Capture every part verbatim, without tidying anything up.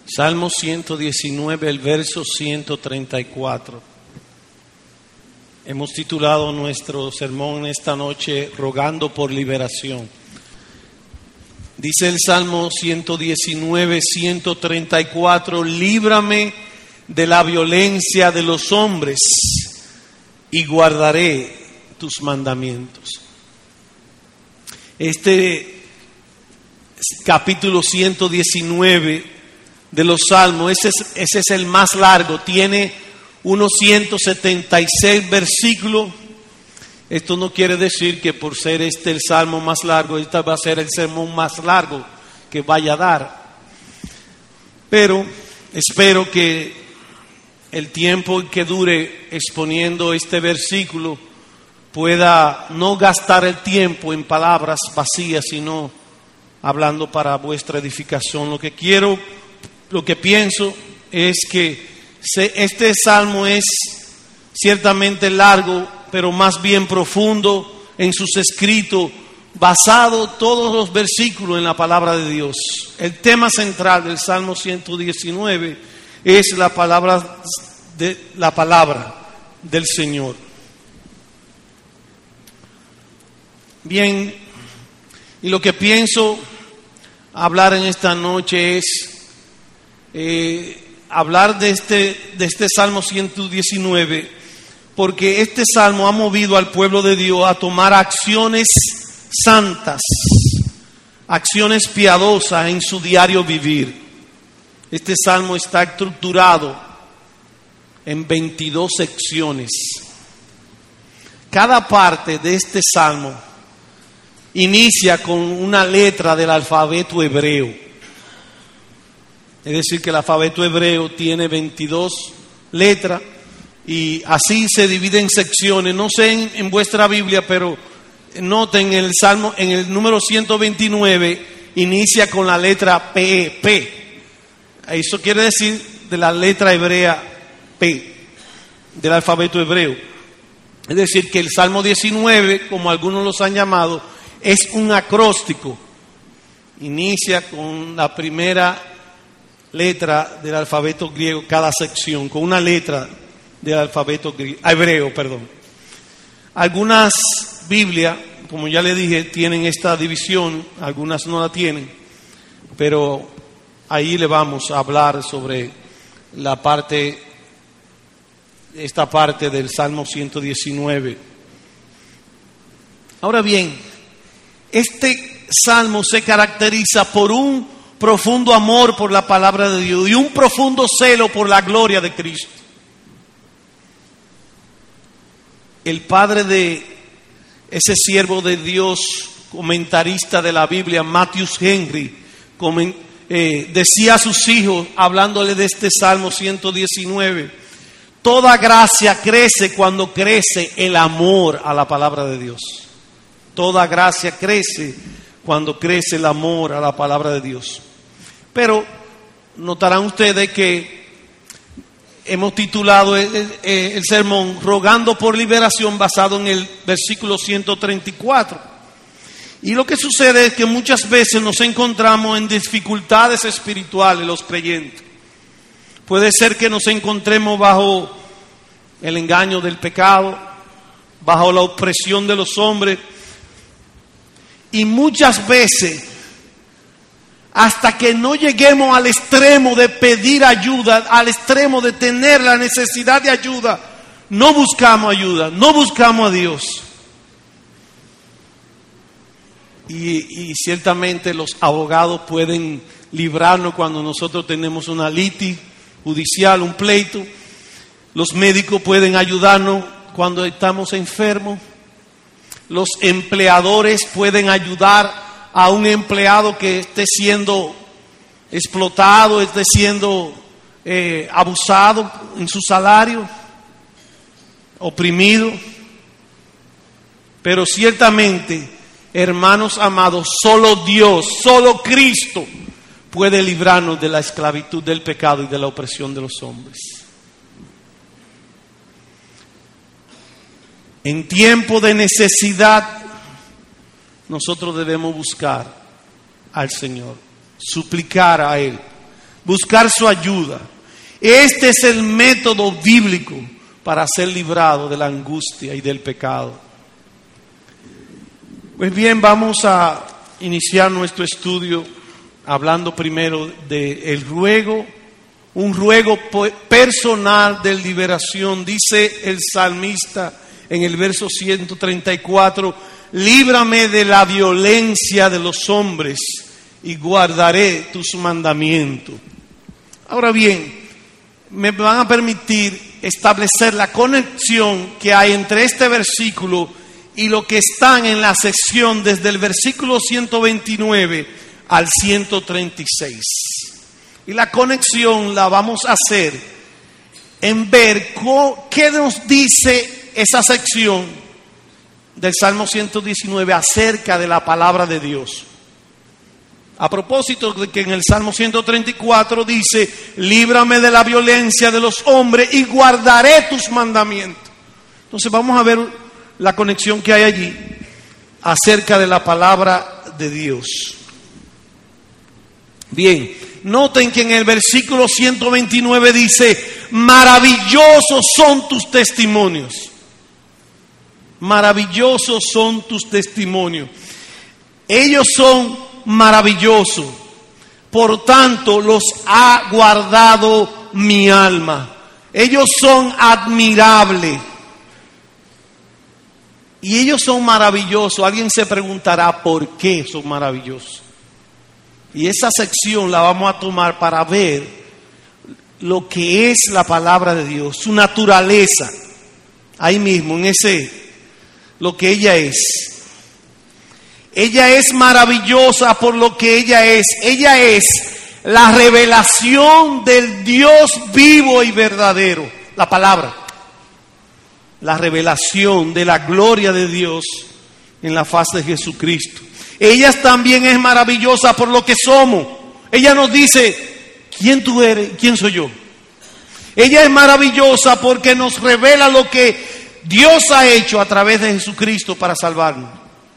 Salmo ciento diecinueve, el verso ciento treinta y cuatro. Hemos titulado nuestro sermón esta noche, Rogando por Liberación. Dice el Salmo ciento diecinueve, ciento treinta y cuatro, líbrame de la violencia de los hombres y guardaré tus mandamientos. Este capítulo ciento diecinueve de los Salmos, ese es, ese es el más largo, tiene unos ciento setenta y seis versículos. Esto no quiere decir que por ser este el salmo más largo, este va a ser el sermón más largo que vaya a dar. Pero espero que el tiempo que dure exponiendo este versículo pueda no gastar el tiempo en palabras vacías, sino hablando para vuestra edificación. Lo que quiero, lo que pienso es que este salmo es ciertamente largo, pero más bien profundo en sus escritos, basado todos los versículos en la palabra de Dios. El tema central del Salmo ciento diecinueve es la palabra de la palabra del Señor. Bien, y lo que pienso hablar en esta noche es eh, hablar de este de este Salmo ciento diecinueve, porque este salmo ha movido al pueblo de Dios a tomar acciones santas, acciones piadosas en su diario vivir. Este salmo está estructurado en veintidós secciones. Cada parte de este salmo inicia con una letra del alfabeto hebreo. Es decir, que el alfabeto hebreo tiene veintidós letras y así se divide en secciones. No sé en, en vuestra Biblia, pero noten el salmo, en el número ciento veintinueve inicia con la letra P, P. Eso quiere decir de la letra hebrea P, del alfabeto hebreo. Es decir, que el Salmo diecinueve, como algunos los han llamado, es un acróstico. Inicia con la primera letra del alfabeto griego, cada sección, con una letra del alfabeto griego, hebreo, perdón. Algunas Biblias, como ya le dije, tienen esta división, algunas no la tienen, pero ahí le vamos a hablar sobre la parte, esta parte del Salmo ciento diecinueve. Ahora bien, este salmo se caracteriza por un profundo amor por la palabra de Dios y un profundo celo por la gloria de Cristo. El padre de ese siervo de Dios, comentarista de la Biblia, Matthew Henry, coment, eh, decía a sus hijos, hablándole de este Salmo ciento diecinueve, toda gracia crece cuando crece el amor a la palabra de Dios. Toda gracia crece cuando crece el amor a la palabra de Dios. Pero notarán ustedes que hemos titulado el, el, el sermón Rogando por Liberación, basado en el versículo ciento treinta y cuatro. Y lo que sucede es que muchas veces nos encontramos en dificultades espirituales los creyentes. Puede ser que nos encontremos bajo el engaño del pecado, bajo la opresión de los hombres, y muchas veces, hasta que no lleguemos al extremo de pedir ayuda, al extremo de tener la necesidad de ayuda, no buscamos ayuda, no buscamos a Dios. Y, y ciertamente los abogados pueden librarnos cuando nosotros tenemos una litis judicial, un pleito. Los médicos pueden ayudarnos cuando estamos enfermos. Los empleadores pueden ayudar a un empleado que esté siendo explotado, esté siendo eh, abusado en su salario, oprimido. Pero ciertamente, hermanos amados, solo Dios, solo Cristo puede librarnos de la esclavitud del pecado y de la opresión de los hombres. En tiempo de necesidad, nosotros debemos buscar al Señor, suplicar a Él, buscar su ayuda. Este es el método bíblico para ser librado de la angustia y del pecado. Pues bien, vamos a iniciar nuestro estudio hablando primero del ruego, un ruego personal de liberación. Dice el salmista en el verso ciento treinta y cuatro, líbrame de la violencia de los hombres y guardaré tus mandamientos. Ahora bien, me van a permitir establecer la conexión que hay entre este versículo y lo que están en la sección desde el versículo ciento veintinueve al ciento treinta y seis. Y la conexión la vamos a hacer en ver qué nos dice esa sección del Salmo ciento diecinueve acerca de la palabra de Dios. A propósito de que en el Salmo ciento treinta y cuatro dice, líbrame de la violencia de los hombres y guardaré tus mandamientos. Entonces vamos a ver la conexión que hay allí acerca de la palabra de Dios. Bien, noten que en el versículo ciento veintinueve dice, maravillosos son tus testimonios. Maravillosos son tus testimonios. Ellos son maravillosos, por tanto los ha guardado mi alma. Ellos son admirables. Y ellos son maravillosos. Alguien se preguntará por qué son maravillosos. Y esa sección la vamos a tomar para ver lo que es la palabra de Dios, su naturaleza. Ahí mismo, en ese, lo que ella es. Ella es maravillosa por lo que ella es. Ella es la revelación del Dios vivo y verdadero. La palabra. La revelación de la gloria de Dios en la faz de Jesucristo. Ella también es maravillosa por lo que somos. Ella nos dice, ¿quién tú eres? ¿Quién soy yo? Ella es maravillosa porque nos revela lo que Dios ha hecho a través de Jesucristo para salvarnos.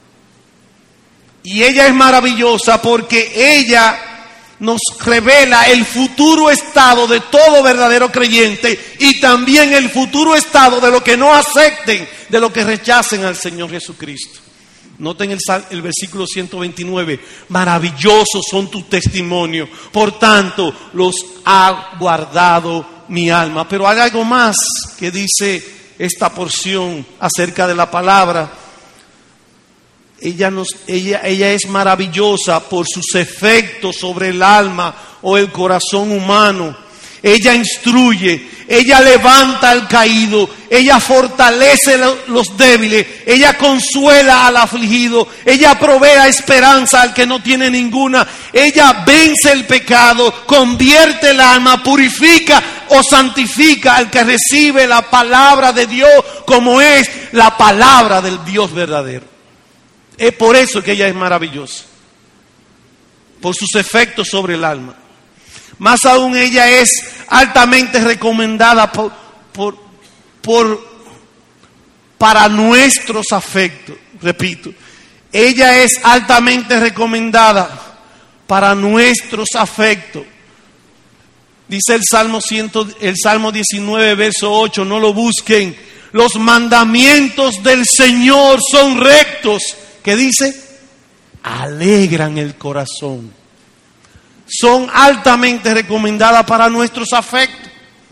Y ella es maravillosa porque ella nos revela el futuro estado de todo verdadero creyente y también el futuro estado de los que no acepten, de los que rechacen al Señor Jesucristo. Noten el, el versículo ciento veintinueve, maravillosos son tus testimonios, por tanto los ha guardado mi alma. Pero hay algo más que dice esta porción acerca de la palabra. Ella, nos, ella, ella es maravillosa por sus efectos sobre el alma o el corazón humano. Ella instruye, ella levanta al caído, ella fortalece los débiles, ella consuela al afligido, ella provee esperanza al que no tiene ninguna, ella vence el pecado, convierte el alma, purifica o santifica al que recibe la palabra de Dios como es la palabra del Dios verdadero. Es por eso que ella es maravillosa, por sus efectos sobre el alma. Más aún, ella es altamente recomendada por, por, por, para nuestros afectos. Repito, ella es altamente recomendada para nuestros afectos. Dice el Salmo, cien, el Salmo diecinueve, verso ocho, no lo busquen. Los mandamientos del Señor son rectos. ¿Qué dice? Alegran el corazón. Son altamente recomendadas para nuestros afectos.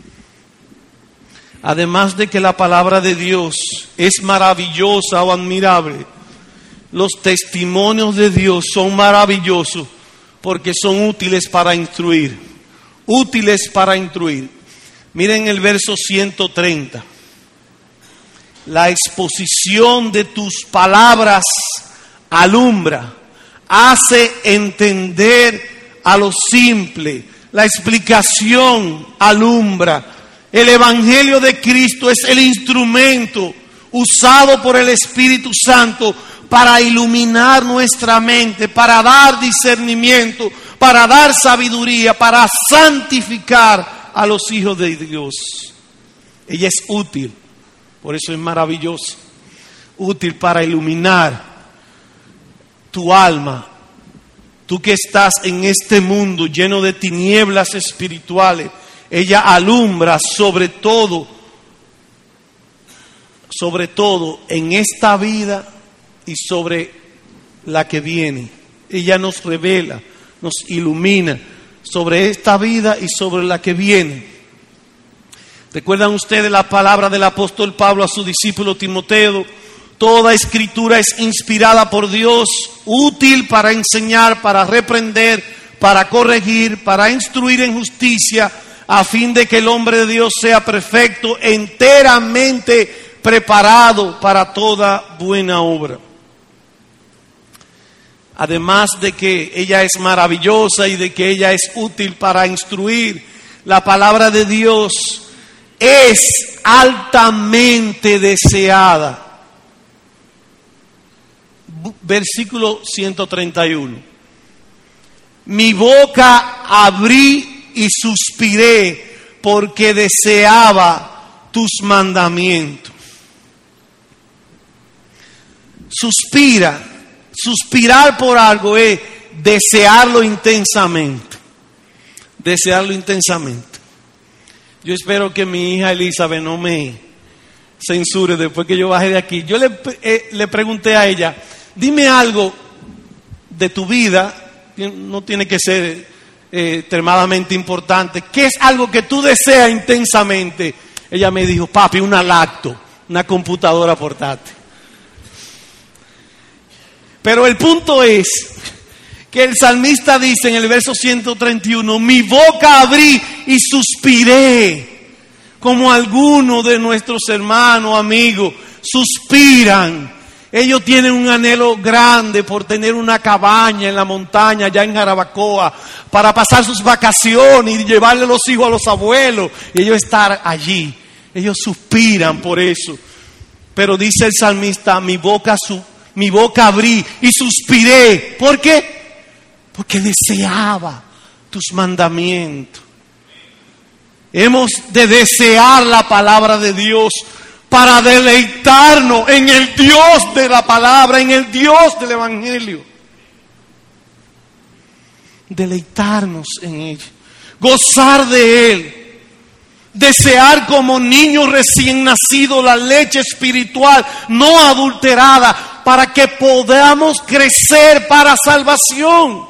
Además de que la palabra de Dios es maravillosa o admirable, los testimonios de Dios son maravillosos porque son útiles para instruir. Útiles para instruir. Miren el verso ciento treinta. La exposición de tus palabras alumbra, hace entender a lo simple. La explicación alumbra. El Evangelio de Cristo es el instrumento usado por el Espíritu Santo para iluminar nuestra mente, para dar discernimiento, para dar sabiduría, para santificar a los hijos de Dios. Ella es útil. Por eso es maravilloso, útil para iluminar tu alma, Tú que estás en este mundo lleno de tinieblas espirituales, ella alumbra sobre todo, sobre todo en esta vida y sobre la que viene. Ella nos revela, nos ilumina sobre esta vida y sobre la que viene. ¿Recuerdan ustedes la palabra del apóstol Pablo a su discípulo Timoteo? Toda escritura es inspirada por Dios, útil para enseñar, para reprender, para corregir, para instruir en justicia, a fin de que el hombre de Dios sea perfecto, enteramente preparado para toda buena obra. Además de que ella es maravillosa y de que ella es útil para instruir, la palabra de Dios es altamente deseada. Versículo ciento treinta y uno. Mi boca abrí y suspiré porque deseaba tus mandamientos. Suspira. Suspirar por algo es desearlo intensamente. Desearlo intensamente. Yo espero que mi hija Elizabeth no me censure después que yo baje de aquí. Yo le, eh, le pregunté a ella, dime algo de tu vida, no tiene que ser eh, extremadamente importante. ¿Qué es algo que tú deseas intensamente? Ella me dijo, papi, una lacto, una computadora portátil. Pero el punto es que el salmista dice en el verso ciento treinta y uno, mi boca abrí y suspiré, como algunos de nuestros hermanos, amigos, suspiran. Ellos tienen un anhelo grande por tener una cabaña en la montaña, allá en Jarabacoa, para pasar sus vacaciones y llevarle los hijos a los abuelos y ellos estar allí. Ellos suspiran por eso. Pero dice el salmista, mi boca su, mi boca abrí y suspiré. ¿Por qué? Porque deseaba tus mandamientos. Hemos de desear la palabra de Dios para deleitarnos en el Dios de la palabra, en el Dios del Evangelio. Deleitarnos en Él, gozar de Él. Desear como niño recién nacido la leche espiritual no adulterada para que podamos crecer para salvación.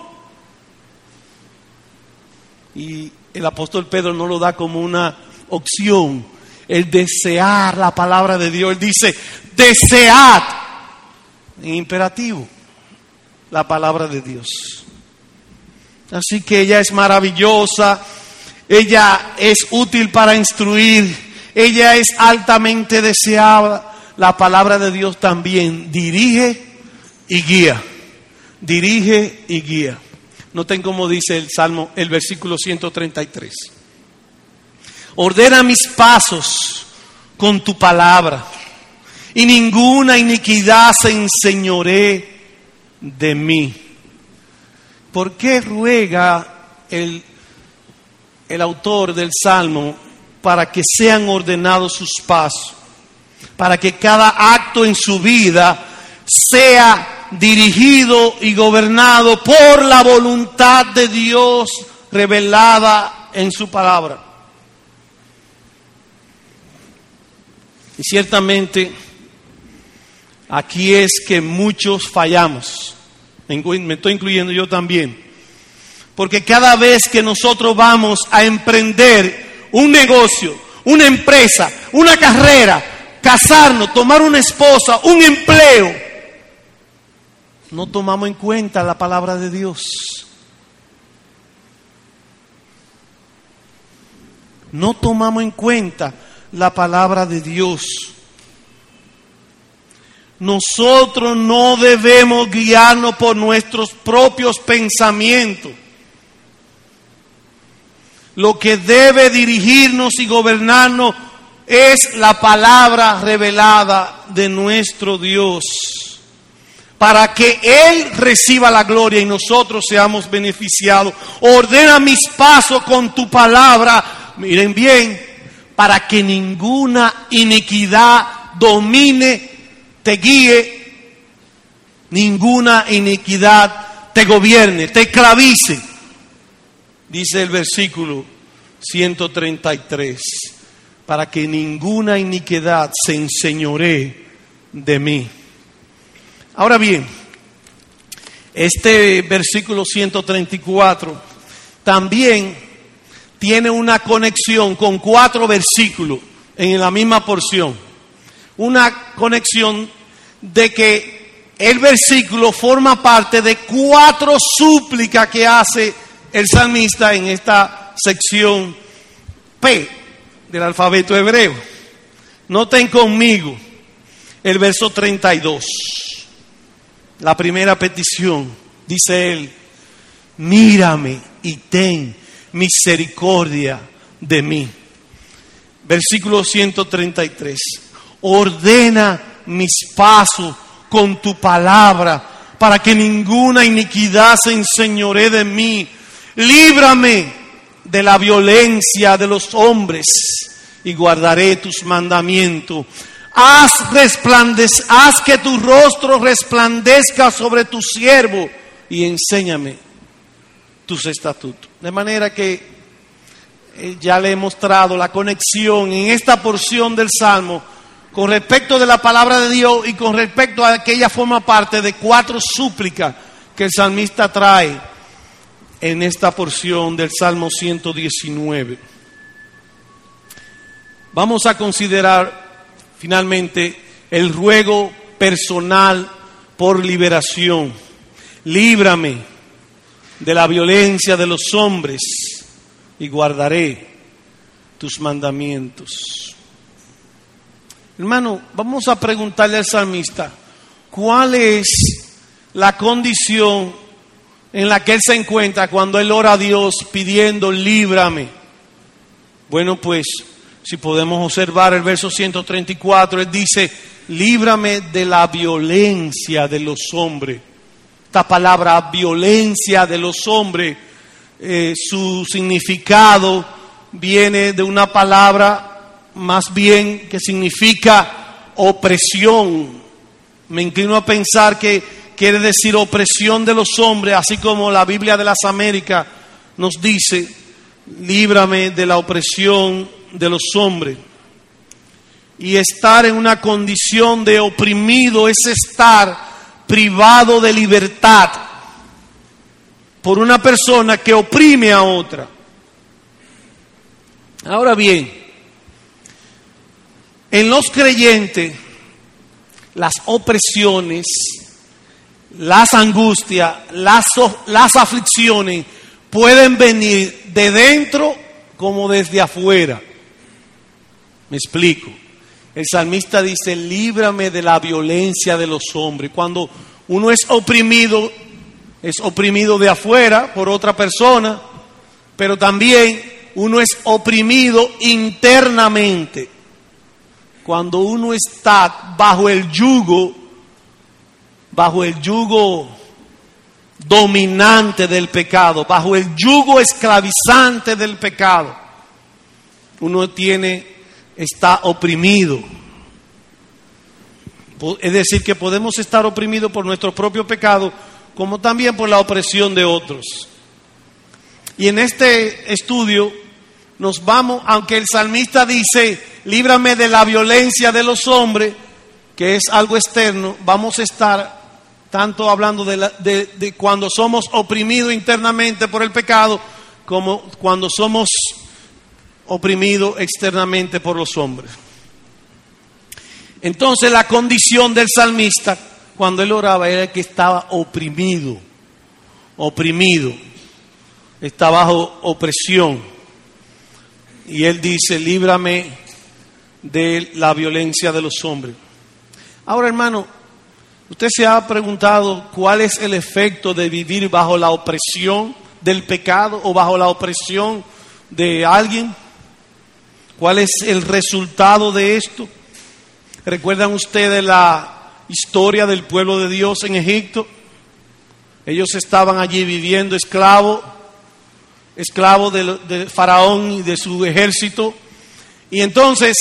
Y el apóstol Pedro no lo da como una opción, el desear la palabra de Dios. Él dice, desead, en imperativo, la palabra de Dios. Así que ella es maravillosa. Ella es útil para instruir. Ella es altamente deseada. La palabra de Dios también dirige y guía. Dirige y guía. Noten cómo dice el Salmo, el versículo ciento treinta y tres. Ordena mis pasos con tu palabra, y ninguna iniquidad se enseñoree de mí. ¿Por qué ruega el El autor del Salmo para que sean ordenados sus pasos, para que cada acto en su vida sea dirigido y gobernado por la voluntad de Dios revelada en su palabra? Y ciertamente aquí es que muchos fallamos, me estoy incluyendo yo también. Porque cada vez que nosotros vamos a emprender un negocio, una empresa, una carrera, casarnos, tomar una esposa, un empleo, no tomamos en cuenta la palabra de Dios. No tomamos en cuenta la palabra de Dios. Nosotros no debemos guiarnos por nuestros propios pensamientos. Lo que debe dirigirnos y gobernarnos es la palabra revelada de nuestro Dios, para que Él reciba la gloria y nosotros seamos beneficiados. Ordena mis pasos con tu palabra, miren bien, para que ninguna iniquidad domine, te guíe, ninguna iniquidad te gobierne, te esclavice. Dice el versículo ciento treinta y tres, para que ninguna iniquidad se enseñoree de mí. Ahora bien, este versículo ciento treinta y cuatro también tiene una conexión con cuatro versículos en la misma porción. Una conexión de que el versículo forma parte de cuatro súplicas que hace el salmista en esta sección P del alfabeto hebreo. Noten conmigo el verso treinta y dos. La primera petición, dice él: mírame y ten misericordia de mí. Versículo ciento treinta y tres. Ordena mis pasos con tu palabra, para que ninguna iniquidad se enseñoree de mí. Líbrame de la violencia de los hombres y guardaré tus mandamientos. Haz resplandec- haz que tu rostro resplandezca sobre tu siervo y enséñame tus estatutos. De manera que eh, ya le he mostrado la conexión en esta porción del Salmo con respecto de la palabra de Dios y con respecto a que ella forma parte de cuatro súplicas que el salmista trae en esta porción del Salmo ciento diecinueve. Vamos a considerar finalmente el ruego personal por liberación. Líbrame de la violencia de los hombres y guardaré tus mandamientos. Hermano, vamos a preguntarle al salmista, ¿cuál es la condición en la que él se encuentra cuando él ora a Dios pidiendo líbrame? Bueno, pues si podemos observar el verso ciento treinta y cuatro, él dice: líbrame de la violencia de los hombres. Esta palabra violencia de los hombres, eh, su significado viene de una palabra más bien que significa opresión. Me inclino a pensar que quiere decir opresión de los hombres, así como la Biblia de las Américas nos dice: líbrame de la opresión de los hombres. Y estar en una condición de oprimido es estar privado de libertad por una persona que oprime a otra. Ahora bien, en los creyentes, las opresiones, las angustias, las, las aflicciones pueden venir de dentro como desde afuera. Me explico. El salmista dice: líbrame de la violencia de los hombres. Cuando uno es oprimido, es oprimido de afuera por otra persona, pero también uno es oprimido internamente. Cuando uno está bajo el yugo, bajo el yugo dominante del pecado, bajo el yugo esclavizante del pecado, uno tiene, está oprimido. Es decir, que podemos estar oprimidos por nuestro propio pecado, como también por la opresión de otros. Y en este estudio nos vamos, aunque el salmista dice: líbrame de la violencia de los hombres, que es algo externo, vamos a estar tanto hablando de, la, de, de cuando somos oprimidos internamente por el pecado, como cuando somos oprimidos externamente por los hombres. Entonces, la condición del salmista cuando él oraba era que estaba oprimido, oprimido, está bajo opresión. Y él dice: líbrame de la violencia de los hombres. Ahora, hermano, ¿usted se ha preguntado cuál es el efecto de vivir bajo la opresión del pecado o bajo la opresión de alguien? ¿Cuál es el resultado de esto? ¿Recuerdan ustedes la historia del pueblo de Dios en Egipto? Ellos estaban allí viviendo esclavos, esclavos de, de Faraón y de su ejército. Y entonces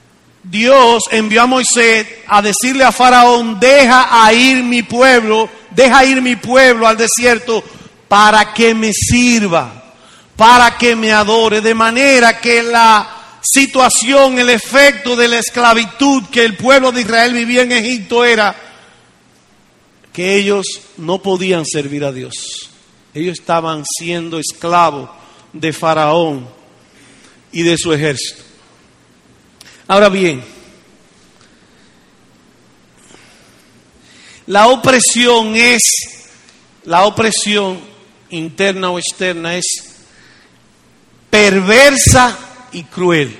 Dios envió a Moisés a decirle a Faraón: deja a ir mi pueblo deja ir mi pueblo al desierto para que me sirva, para que me adore. De manera que la situación, el efecto de la esclavitud que el pueblo de Israel vivía en Egipto era que ellos no podían servir a Dios. Ellos estaban siendo esclavos de Faraón y de su ejército. Ahora bien, la opresión es, la opresión interna o externa es perversa y cruel.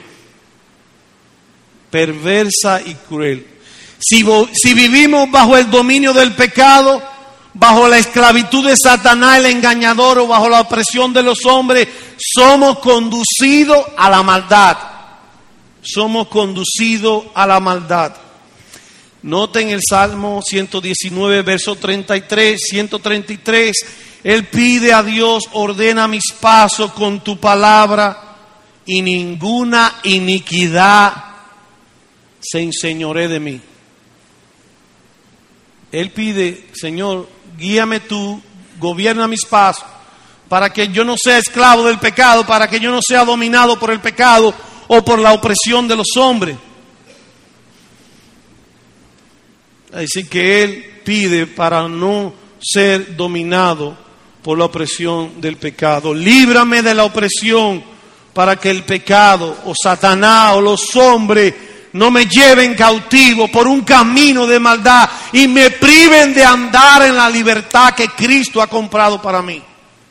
Perversa y cruel. Si, si vivimos bajo el dominio del pecado, bajo la esclavitud de Satanás, el engañador, o bajo la opresión de los hombres, somos conducidos a la maldad. Somos conducidos a la maldad. Noten el Salmo ciento diecinueve, verso treinta y tres, ciento treinta y tres. Él pide a Dios: ordena mis pasos con tu palabra, y ninguna iniquidad se enseñoree de mí. Él pide: Señor, guíame tú, gobierna mis pasos, para que yo no sea esclavo del pecado, para que yo no sea dominado por el pecado o por la opresión de los hombres. Así que Él pide para no ser dominado por la opresión del pecado. Líbrame de la opresión, para que el pecado o Satanás o los hombres no me lleven cautivo por un camino de maldad y me priven de andar en la libertad que Cristo ha comprado para mí.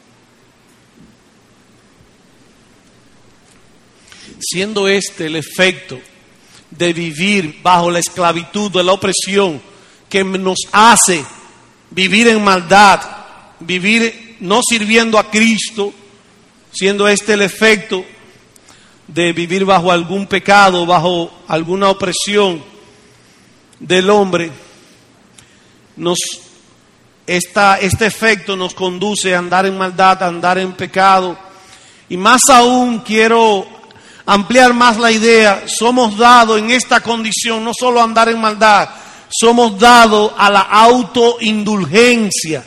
Siendo este el efecto de vivir bajo la esclavitud de la opresión que nos hace vivir en maldad, vivir no sirviendo a Cristo, siendo este el efecto de vivir bajo algún pecado, bajo alguna opresión del hombre, nos, esta, este efecto nos conduce a andar en maldad, a andar en pecado. Y más aún quiero ampliar más la idea: somos dados en esta condición no solo a andar en maldad, somos dados a la autoindulgencia,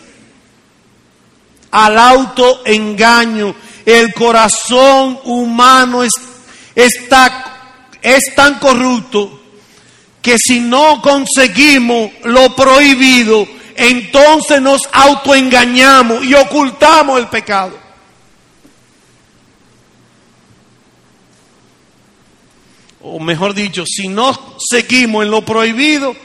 al autoengaño. El corazón humano es, está, es tan corrupto que si no conseguimos lo prohibido, entonces nos autoengañamos y ocultamos el pecado. O mejor dicho, si no seguimos en lo prohibido,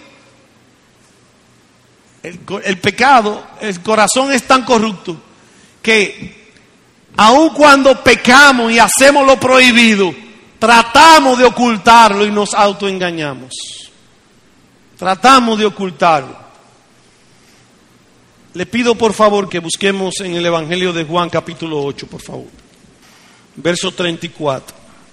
el, el pecado, el corazón es tan corrupto que aun cuando pecamos y hacemos lo prohibido, tratamos de ocultarlo y nos autoengañamos. Tratamos de ocultarlo. Le pido por favor que busquemos en el Evangelio de Juan capítulo ocho, por favor. Verso treinta y cuatro.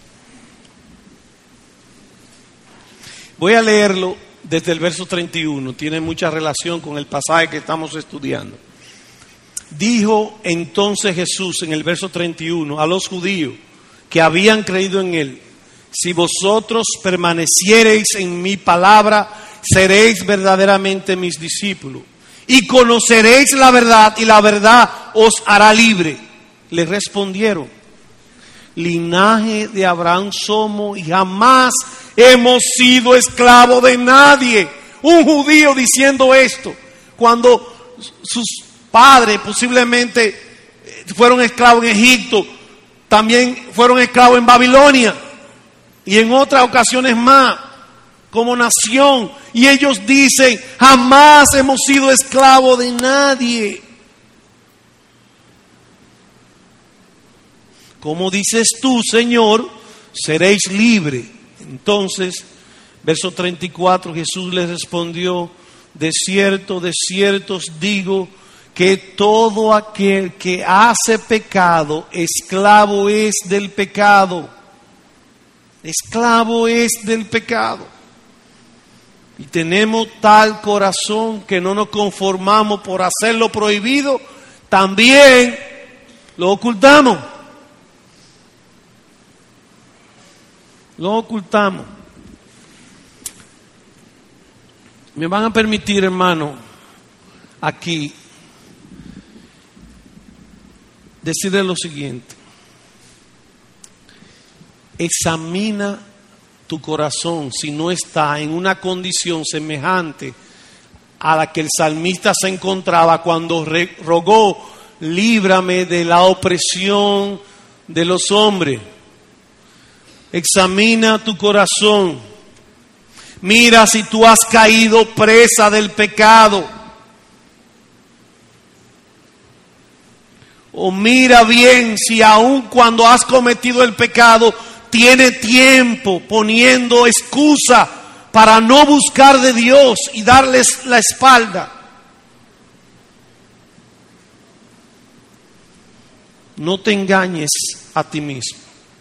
Voy a leerlo desde el verso treinta y uno. Tiene mucha relación con el pasaje que estamos estudiando. Dijo entonces Jesús en el verso treinta y uno a los judíos que habían creído en Él: si vosotros permaneciereis en mi palabra, seréis verdaderamente mis discípulos, y conoceréis la verdad, y la verdad os hará libre. Le respondieron: linaje de Abraham somos y jamás hemos sido esclavos de nadie. Un judío diciendo esto cuando sus padres posiblemente fueron esclavos en Egipto, también fueron esclavos en Babilonia y en otras ocasiones más como nación, y ellos dicen: jamás hemos sido esclavos de nadie. ¿Cómo dices tú, Señor, seréis libres? Entonces, verso treinta y cuatro, Jesús les respondió: de cierto, de cierto os digo que todo aquel que hace pecado, esclavo es del pecado. Esclavo es del pecado. Y tenemos tal corazón que no nos conformamos por hacer lo prohibido, también lo ocultamos. Lo ocultamos. Me van a permitir, hermano, aquí decirle lo siguiente: examina tu corazón si no está en una condición semejante a la que el salmista se encontraba cuando rogó: líbrame de la opresión de los hombres. Examina tu corazón. Mira si tú has caído presa del pecado. O mira bien si aun cuando has cometido el pecado, tiene tiempo poniendo excusa para no buscar de Dios y darles la espalda. No te engañes a ti mismo.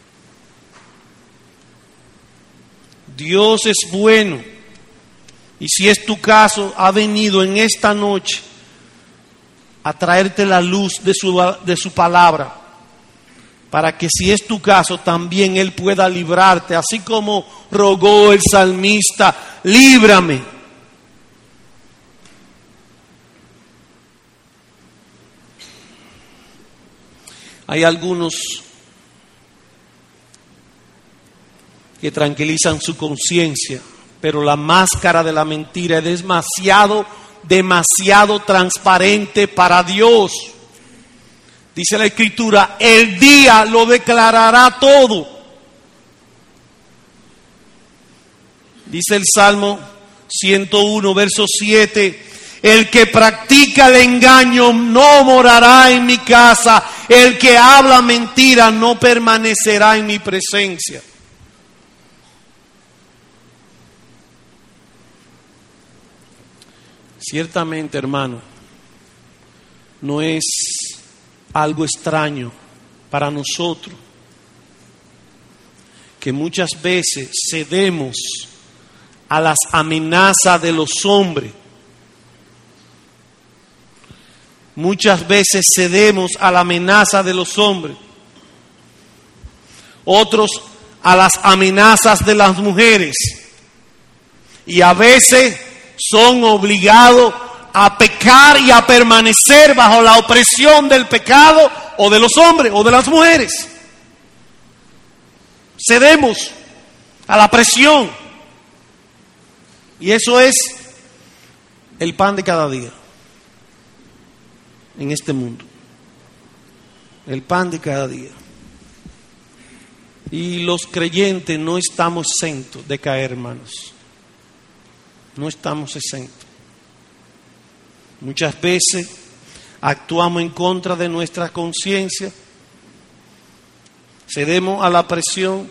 Dios es bueno, y si es tu caso, ha venido en esta noche a traerte la luz de su, de su palabra, para que si es tu caso, también Él pueda librarte, así como rogó el salmista: líbrame. Hay algunos que tranquilizan su conciencia, pero la máscara de la mentira es demasiado, demasiado transparente para Dios. Dice la Escritura: el día lo declarará todo. Dice el Salmo ciento uno, verso siete: el que practica el engaño no morará en mi casa, el que habla mentira no permanecerá en mi presencia. Ciertamente, hermano, no es algo extraño para nosotros que muchas veces cedemos a las amenazas de los hombres. Muchas veces cedemos a la amenaza de los hombres. Otros a las amenazas de las mujeres. Y a veces son obligados a pecar y a permanecer bajo la opresión del pecado o de los hombres o de las mujeres. Cedemos a la presión. Y eso es el pan de cada día en este mundo. El pan de cada día. Y los creyentes no estamos exentos de caer, hermanos. No estamos exentos. Muchas veces actuamos en contra de nuestra conciencia, cedemos a la presión.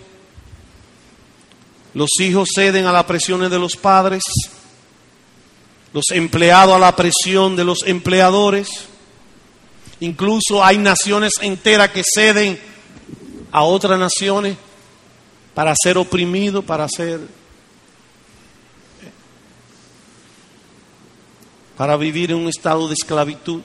Los hijos ceden a las presiones de los padres, los empleados a la presión de los empleadores. Incluso hay naciones enteras que ceden a otras naciones para ser oprimidos, para ser para vivir en un estado de esclavitud.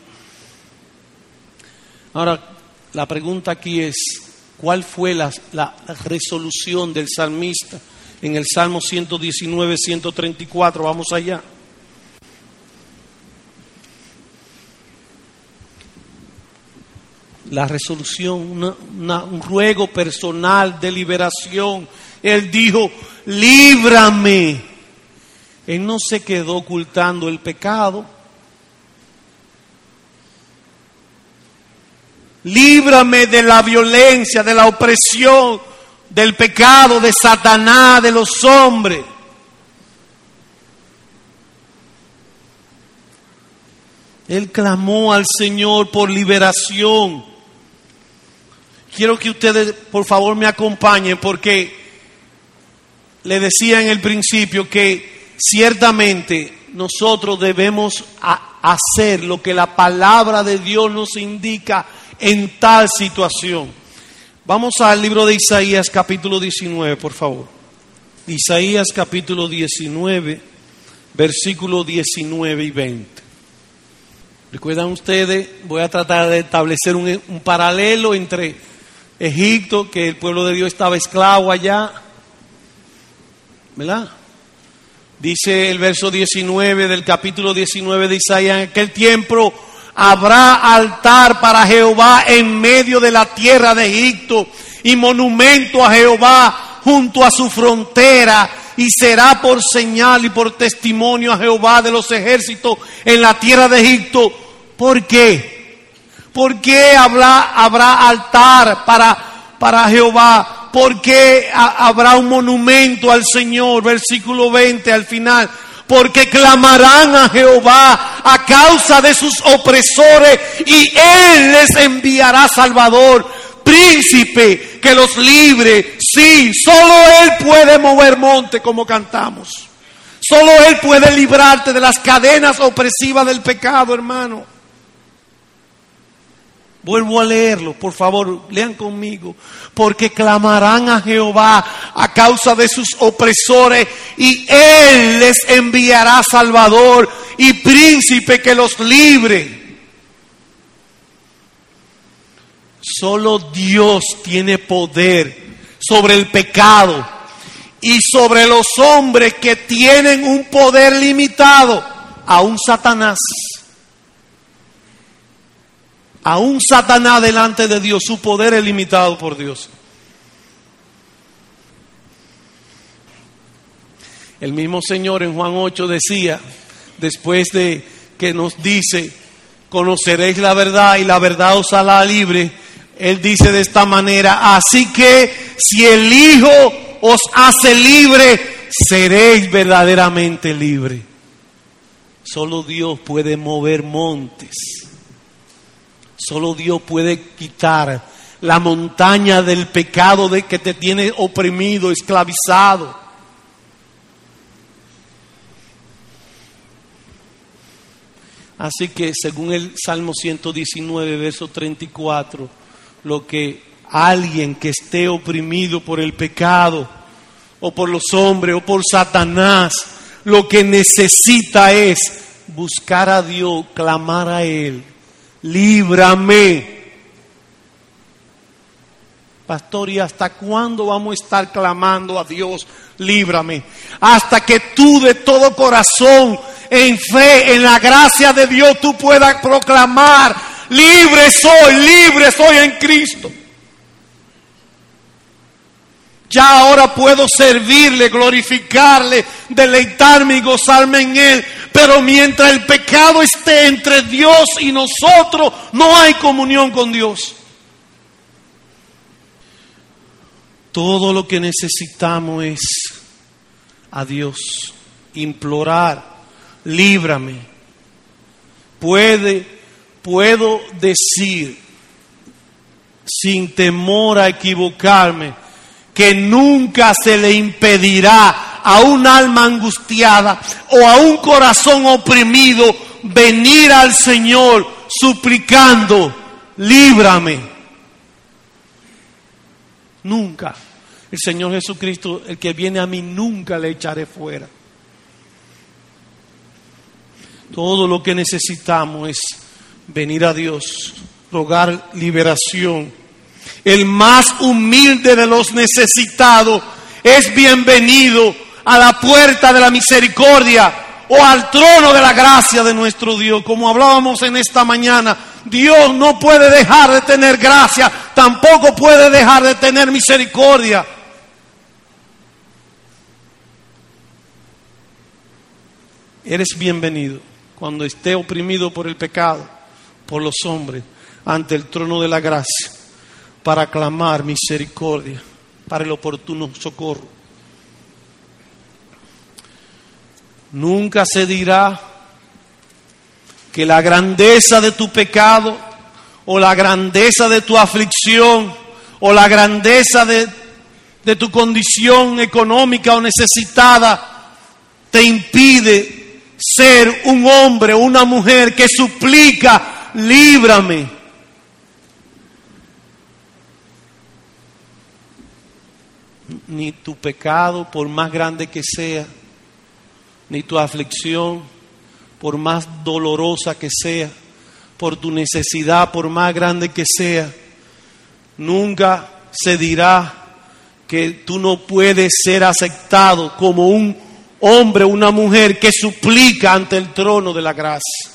Ahora, la pregunta aquí es: ¿cuál fue la, la resolución del salmista en el Salmo ciento diecinueve, ciento treinta y cuatro? Vamos allá. La resolución, una, una, un ruego personal de liberación. Él dijo: líbrame. Él no se quedó ocultando el pecado. Líbrame de la violencia, de la opresión, del pecado, de Satanás, de los hombres. Él clamó al Señor por liberación. Quiero que ustedes, por favor, me acompañen, porque le decía en el principio que ciertamente nosotros debemos hacer lo que la palabra de Dios nos indica en tal situación. Vamos al libro de Isaías capítulo diecinueve, por favor. Isaías capítulo diecinueve, versículos diecinueve y veinte. ¿Recuerdan ustedes? Voy a tratar de establecer un, un paralelo entre Egipto, que el pueblo de Dios estaba esclavo allá, ¿verdad? Dice el verso diecinueve del capítulo diecinueve de Isaías: en aquel tiempo habrá altar para Jehová en medio de la tierra de Egipto, y monumento a Jehová junto a su frontera, y será por señal y por testimonio a Jehová de los ejércitos en la tierra de Egipto. ¿Por qué? ¿Por qué habrá, habrá altar para, para Jehová? ¿Por qué ha, habrá un monumento al Señor? Versículo veinte al final. Porque clamarán a Jehová a causa de sus opresores, y Él les enviará Salvador, príncipe que los libre. Sí, solo Él puede mover monte, como cantamos. Solo Él puede librarte de las cadenas opresivas del pecado, hermano. Vuelvo a leerlo, por favor, lean conmigo. Porque clamarán a Jehová a causa de sus opresores, y Él les enviará Salvador y príncipe que los libre. Solo Dios tiene poder sobre el pecado y sobre los hombres que tienen un poder limitado. Aún Satanás. Aún Satanás delante de Dios, su poder es limitado por Dios. El mismo Señor en Juan ocho decía, después de que nos dice, conoceréis la verdad y la verdad os hará libre, Él dice de esta manera: así que si el Hijo os hace libre, seréis verdaderamente libres. Solo Dios puede mover montes. Solo Dios puede quitar la montaña del pecado de que te tiene oprimido, esclavizado. Así que según el Salmo ciento diecinueve, verso treinta y cuatro, lo que alguien que esté oprimido por el pecado, o por los hombres, o por Satanás, lo que necesita es buscar a Dios, clamar a Él. Líbrame. Pastor, ¿y hasta cuándo vamos a estar clamando a Dios? Líbrame. Hasta que tú de todo corazón, en fe, en la gracia de Dios, tú puedas proclamar: libre soy, libre soy en Cristo. Ya ahora puedo servirle, glorificarle, deleitarme y gozarme en Él. Pero mientras el pecado esté entre Dios y nosotros, no hay comunión con Dios. Todo lo que necesitamos es a Dios, implorar: líbrame. Puede, puedo decir, sin temor a equivocarme, que nunca se le impedirá a un alma angustiada o a un corazón oprimido venir al Señor suplicando: líbrame. Nunca. El Señor Jesucristo: el que viene a mí nunca le echaré fuera. Todo lo que necesitamos es venir a Dios, rogar liberación. El más humilde de los necesitados es bienvenido a la puerta de la misericordia o al trono de la gracia de nuestro Dios. Como hablábamos en esta mañana, Dios no puede dejar de tener gracia, tampoco puede dejar de tener misericordia. Eres bienvenido cuando esté oprimido por el pecado, por los hombres, ante el trono de la gracia, para clamar misericordia, para el oportuno socorro. Nunca se dirá que la grandeza de tu pecado, o la grandeza de tu aflicción, o la grandeza de, de tu condición económica o necesitada, te impide ser un hombre o una mujer que suplica: líbrame. Ni tu pecado, por más grande que sea, ni tu aflicción, por más dolorosa que sea, por tu necesidad, por más grande que sea, nunca se dirá que tú no puedes ser aceptado como un hombre, una mujer que suplica ante el trono de la gracia.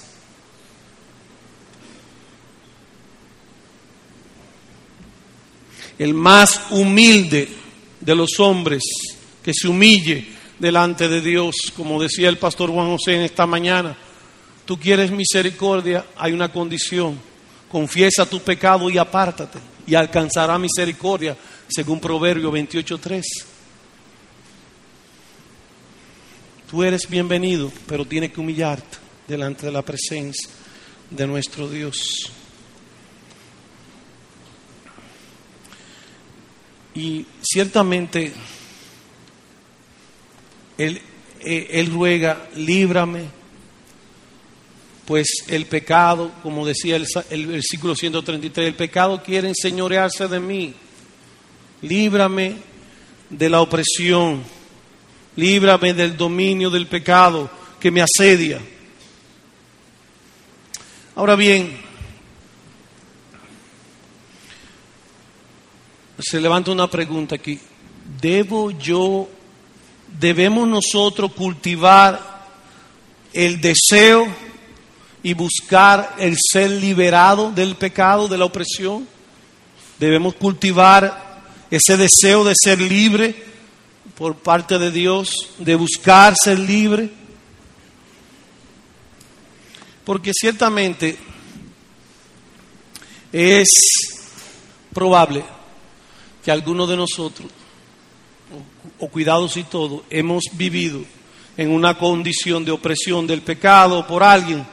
El más humilde de los hombres que se humille delante de Dios, como decía el pastor Juan José en esta mañana. Tú quieres misericordia, hay una condición: confiesa tu pecado y apártate, y alcanzará misericordia, según Proverbio veintiocho tres. Tú eres bienvenido, pero tienes que humillarte delante de la presencia de nuestro Dios. Y ciertamente Él, él ruega, líbrame, pues el pecado, como decía el, el versículo ciento treinta y tres, el pecado quiere enseñorearse de mí. Líbrame de la opresión, líbrame del dominio del pecado que me asedia. Ahora bien, se levanta una pregunta aquí: ¿debo yo, debemos nosotros cultivar el deseo y buscar el ser liberado del pecado, de la opresión? ¿Debemos cultivar ese deseo de ser libre por parte de Dios, de buscar ser libre? Porque ciertamente es probable que algunos de nosotros, o cuidados y todo, hemos vivido en una condición de opresión del pecado por alguien.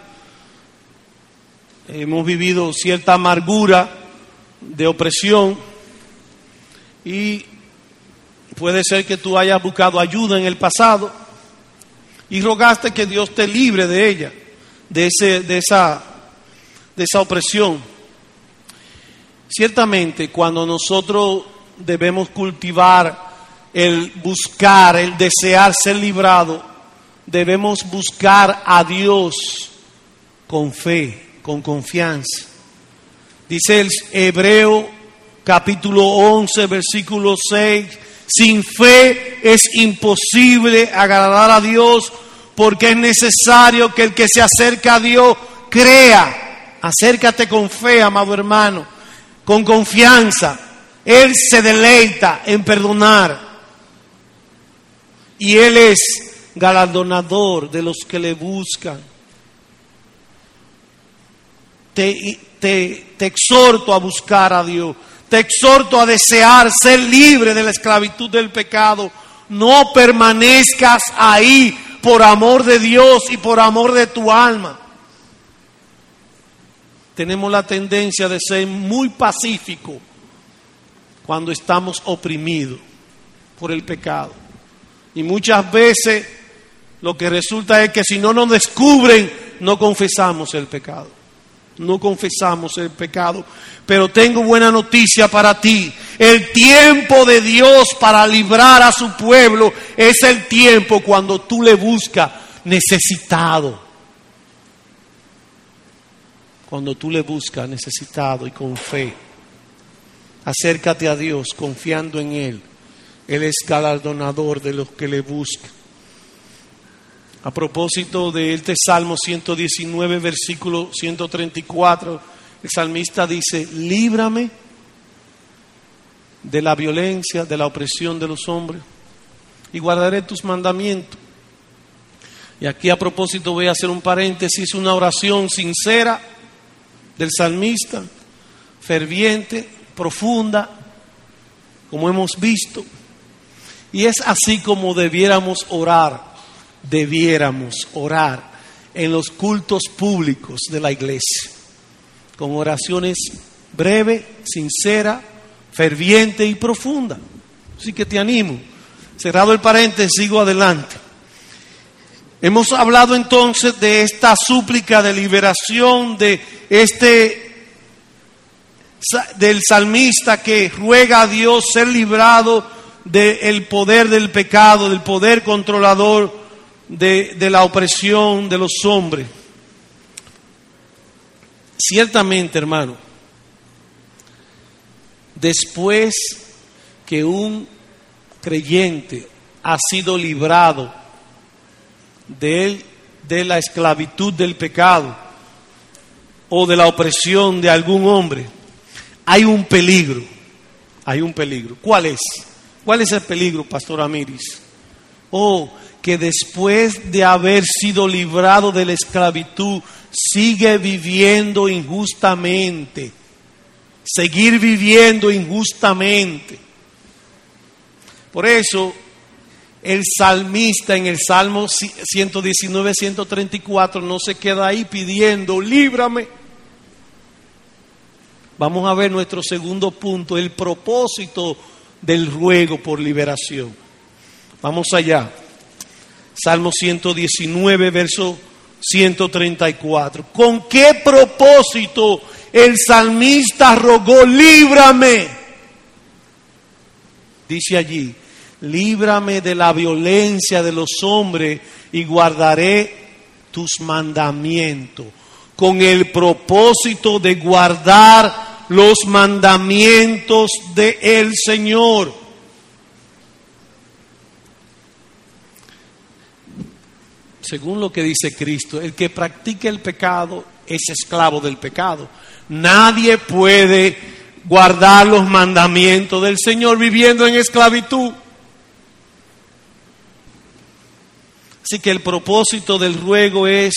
Hemos vivido cierta amargura de opresión, y puede ser que tú hayas buscado ayuda en el pasado y rogaste que Dios te libre de ella, de ese, de esa, de esa opresión. Ciertamente, cuando nosotros debemos cultivar el buscar, el desear ser librado, debemos buscar a Dios con fe, con confianza. Dice el Hebreo capítulo once, versículo seis: sin fe es imposible agradar a Dios, porque es necesario que el que se acerca a Dios crea. Acércate con fe, amado hermano, con confianza. Él se deleita en perdonar, y Él es galardonador de los que le buscan. Te, te, te exhorto a buscar a Dios, te exhorto a desear ser libre de la esclavitud del pecado. No permanezcas ahí por amor de Dios y por amor de tu alma. Tenemos la tendencia de ser muy pacíficos cuando estamos oprimidos por el pecado. Y muchas veces lo que resulta es que si no nos descubren, no confesamos el pecado. No confesamos el pecado. Pero tengo buena noticia para ti. El tiempo de Dios para librar a su pueblo es el tiempo cuando tú le buscas necesitado. Cuando tú le buscas necesitado y con fe. Acércate a Dios confiando en Él. Él es galardonador de los que le buscan. A propósito de este Salmo ciento diecinueve, versículo ciento treinta y cuatro, el salmista dice: líbrame de la violencia, de la opresión de los hombres, y guardaré tus mandamientos. Y aquí a propósito voy a hacer un paréntesis, una oración sincera del salmista, ferviente, profunda, como hemos visto. Y es así como debiéramos orar, debiéramos orar en los cultos públicos de la iglesia, con oraciones breves, sinceras, fervientes y profundas. Así que te animo. Cerrado el paréntesis, sigo adelante. Hemos hablado entonces de esta súplica de liberación, de este del salmista que ruega a Dios ser librado del poder del pecado, del poder controlador de, de la opresión de los hombres. Ciertamente, hermano, después que un creyente ha sido librado de, de la esclavitud del pecado o de la opresión de algún hombre, hay un peligro. Hay un peligro. ¿Cuál es? ¿Cuál es el peligro, Pastor Amiris? Oh, que después de haber sido librado de la esclavitud, sigue viviendo injustamente. Seguir viviendo injustamente. Por eso, el salmista en el Salmo ciento diecinueve, ciento treinta y cuatro no se queda ahí pidiendo, líbrame. Vamos a ver nuestro segundo punto, el propósito del ruego por liberación. Vamos allá. Salmo ciento diecinueve, verso ciento treinta y cuatro. ¿Con qué propósito el salmista rogó, líbrame? Dice allí, líbrame de la violencia de los hombres y guardaré tus mandamientos. Con el propósito de guardar los mandamientos del Señor. Según lo que dice Cristo, el que practica el pecado es esclavo del pecado. Nadie puede guardar los mandamientos del Señor viviendo en esclavitud. Así que el propósito del ruego es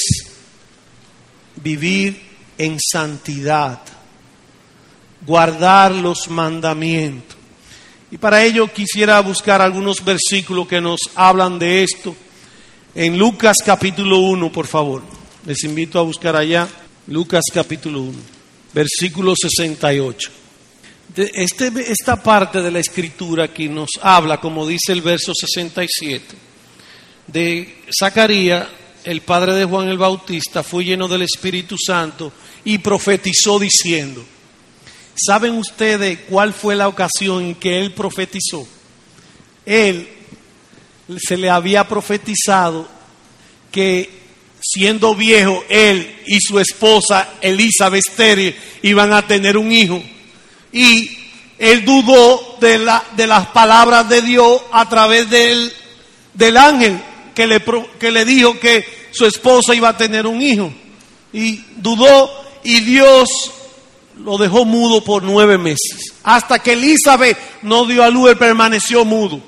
vivir en santidad, guardar los mandamientos. Y para ello quisiera buscar algunos versículos que nos hablan de esto. En Lucas capítulo uno, por favor. Les invito a buscar allá. Lucas capítulo uno, versículo sesenta y ocho. Este, esta parte de la escritura que nos habla, como dice el verso sesenta y siete, de Zacarías, el padre de Juan el Bautista, fue lleno del Espíritu Santo y profetizó diciendo. ¿Saben ustedes cuál fue la ocasión en que él profetizó? Él se le había profetizado que siendo viejo él y su esposa Elizabeth estéril iban a tener un hijo, y él dudó de, la, de las palabras de Dios a través del, del ángel que le, que le dijo que su esposa iba a tener un hijo, y dudó, y Dios lo dejó mudo por nueve meses hasta que Elizabeth no dio a luz. Él permaneció mudo.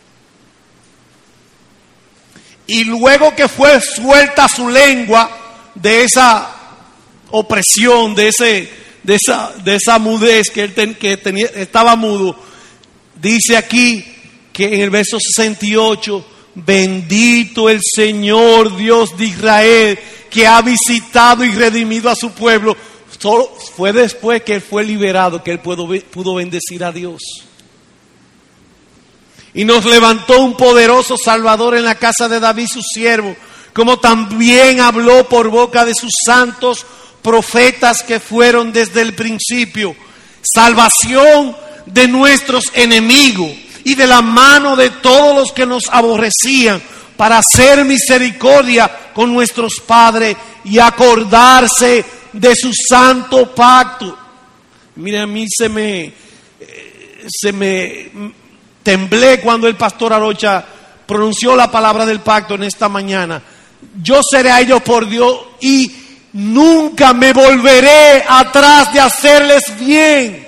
Y luego que fue suelta su lengua de esa opresión, de ese, de esa, de esa mudez que él ten, que tenía, estaba mudo, dice aquí que en el verso sesenta y ocho, bendito el Señor Dios de Israel, que ha visitado y redimido a su pueblo. Solo fue después que él fue liberado que él pudo, pudo bendecir a Dios. Y nos levantó un poderoso Salvador en la casa de David su siervo, como también habló por boca de sus santos profetas que fueron desde el principio, salvación de nuestros enemigos y de la mano de todos los que nos aborrecían, para hacer misericordia con nuestros padres y acordarse de su santo pacto. Mira, a mí se me se me temblé cuando el pastor Arocha pronunció la palabra del pacto en esta mañana. Yo seré a ellos por Dios y nunca me volveré atrás de hacerles bien.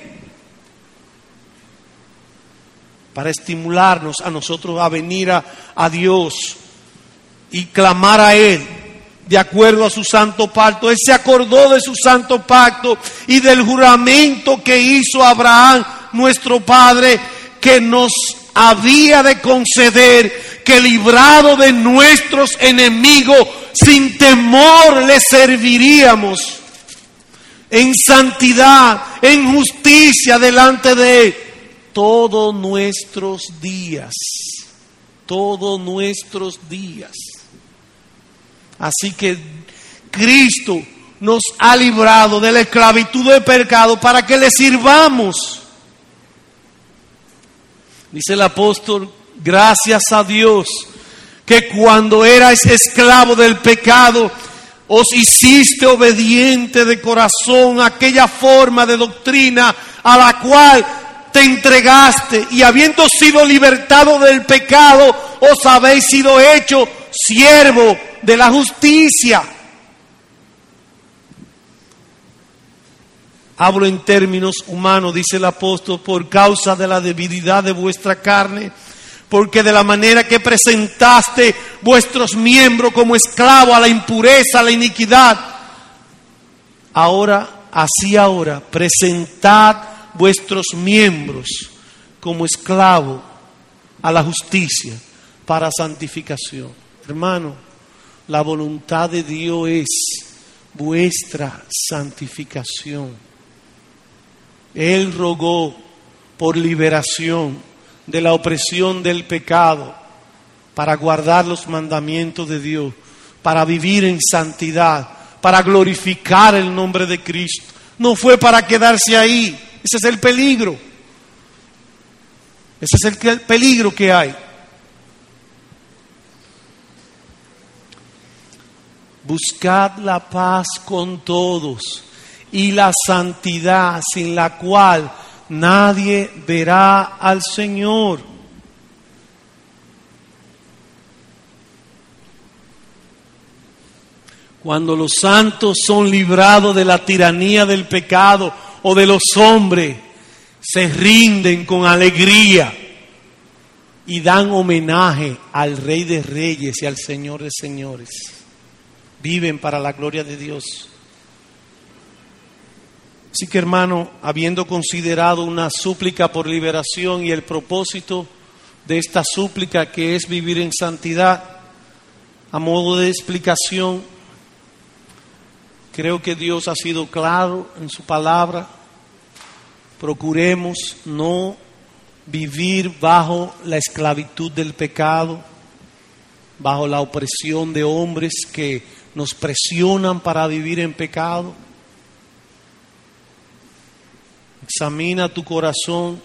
Para estimularnos a nosotros a venir a, a Dios y clamar a Él de acuerdo a su santo pacto. Él se acordó de su santo pacto y del juramento que hizo Abraham, nuestro padre, que nos había de conceder que, librado de nuestros enemigos, sin temor le serviríamos en santidad, en justicia delante de Él todos nuestros días, todos nuestros días. Así que Cristo nos ha librado de la esclavitud del pecado para que le sirvamos. Dice el apóstol, gracias a Dios, que cuando erais esclavo del pecado, os hiciste obediente de corazón a aquella forma de doctrina a la cual te entregaste, y habiendo sido libertado del pecado, os habéis sido hecho siervo de la justicia. Hablo en términos humanos, dice el apóstol, por causa de la debilidad de vuestra carne, porque de la manera que presentaste vuestros miembros como esclavos a la impureza, a la iniquidad, ahora, así ahora, presentad vuestros miembros como esclavos a la justicia para santificación. Hermano, la voluntad de Dios es vuestra santificación. Él rogó por liberación de la opresión del pecado, para guardar los mandamientos de Dios, para vivir en santidad, para glorificar el nombre de Cristo. No fue para quedarse ahí. Ese es el peligro. Ese es el peligro que hay. Buscad la paz con todos y la santidad, sin la cual nadie verá al Señor. Cuando los santos son librados de la tiranía del pecado o de los hombres, se rinden con alegría y dan homenaje al Rey de Reyes y al Señor de Señores. Viven para la gloria de Dios. Así que, hermano, habiendo considerado una súplica por liberación y el propósito de esta súplica, que es vivir en santidad, a modo de explicación, creo que Dios ha sido claro en su palabra. Procuremos no vivir bajo la esclavitud del pecado, bajo la opresión de hombres que nos presionan para vivir en pecado. Examina tu corazón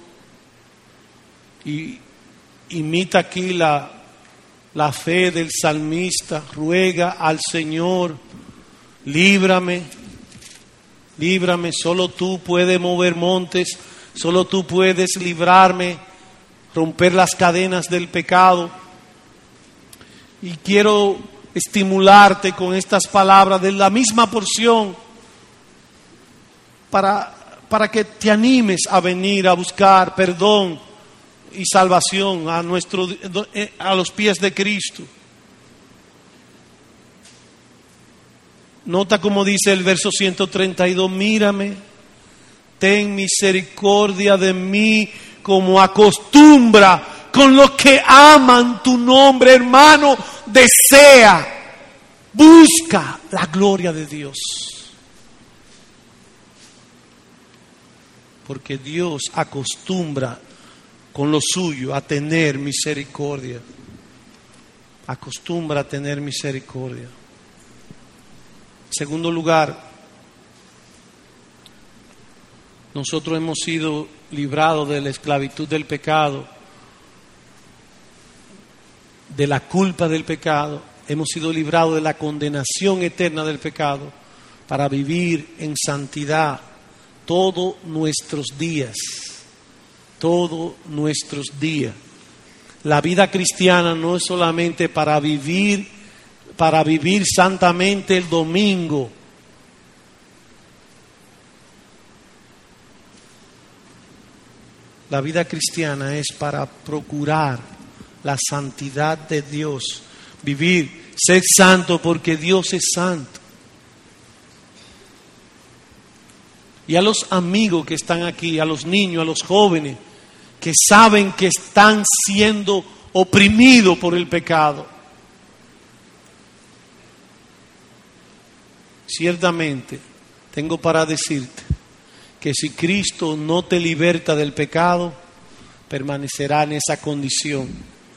y imita aquí la, la fe del salmista. Ruega al Señor, líbrame, líbrame. Solo tú puedes mover montes, solo tú puedes librarme, romper las cadenas del pecado. Y quiero estimularte con estas palabras de la misma porción para... para que te animes a venir a buscar perdón y salvación a, nuestro, a los pies de Cristo. Nota como dice el verso ciento treinta y dos, mírame, ten misericordia de mí como acostumbra con los que aman tu nombre. Hermano, desea, busca la gloria de Dios. Porque Dios acostumbra con lo suyo a tener misericordia. Acostumbra a tener misericordia. En segundo lugar, nosotros hemos sido librados de la esclavitud del pecado, de la culpa del pecado. Hemos sido librados de la condenación eterna del pecado para vivir en santidad todos nuestros días, todos nuestros días. La vida cristiana no es solamente para vivir, para vivir santamente el domingo. La vida cristiana es para procurar la santidad de Dios, vivir, ser santo porque Dios es santo. Y a los amigos que están aquí, a los niños, a los jóvenes, que saben que están siendo oprimidos por el pecado. Ciertamente, tengo para decirte que si Cristo no te liberta del pecado, permanecerá en esa condición.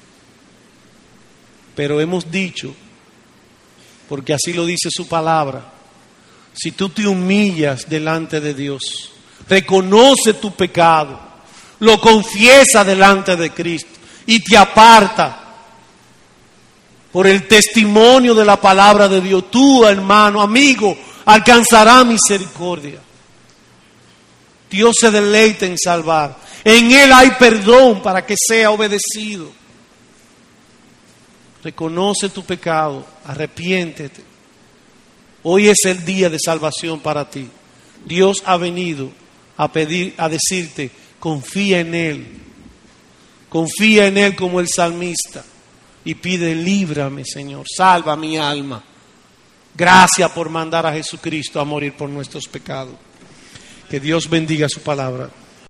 Pero hemos dicho, porque así lo dice su palabra, si tú te humillas delante de Dios, reconoce tu pecado, lo confiesa delante de Cristo y te aparta por el testimonio de la palabra de Dios, tú, hermano, amigo, alcanzarás misericordia. Dios se deleita en salvar. En Él hay perdón para que sea obedecido. reconoce tu pecado, arrepiéntete. Hoy es el día de salvación para ti. Dios ha venido a pedir, a decirte, confía en Él. Confía en Él como el salmista y pide, líbrame, Señor, salva mi alma. Gracias por mandar a Jesucristo a morir por nuestros pecados. Que Dios bendiga su palabra.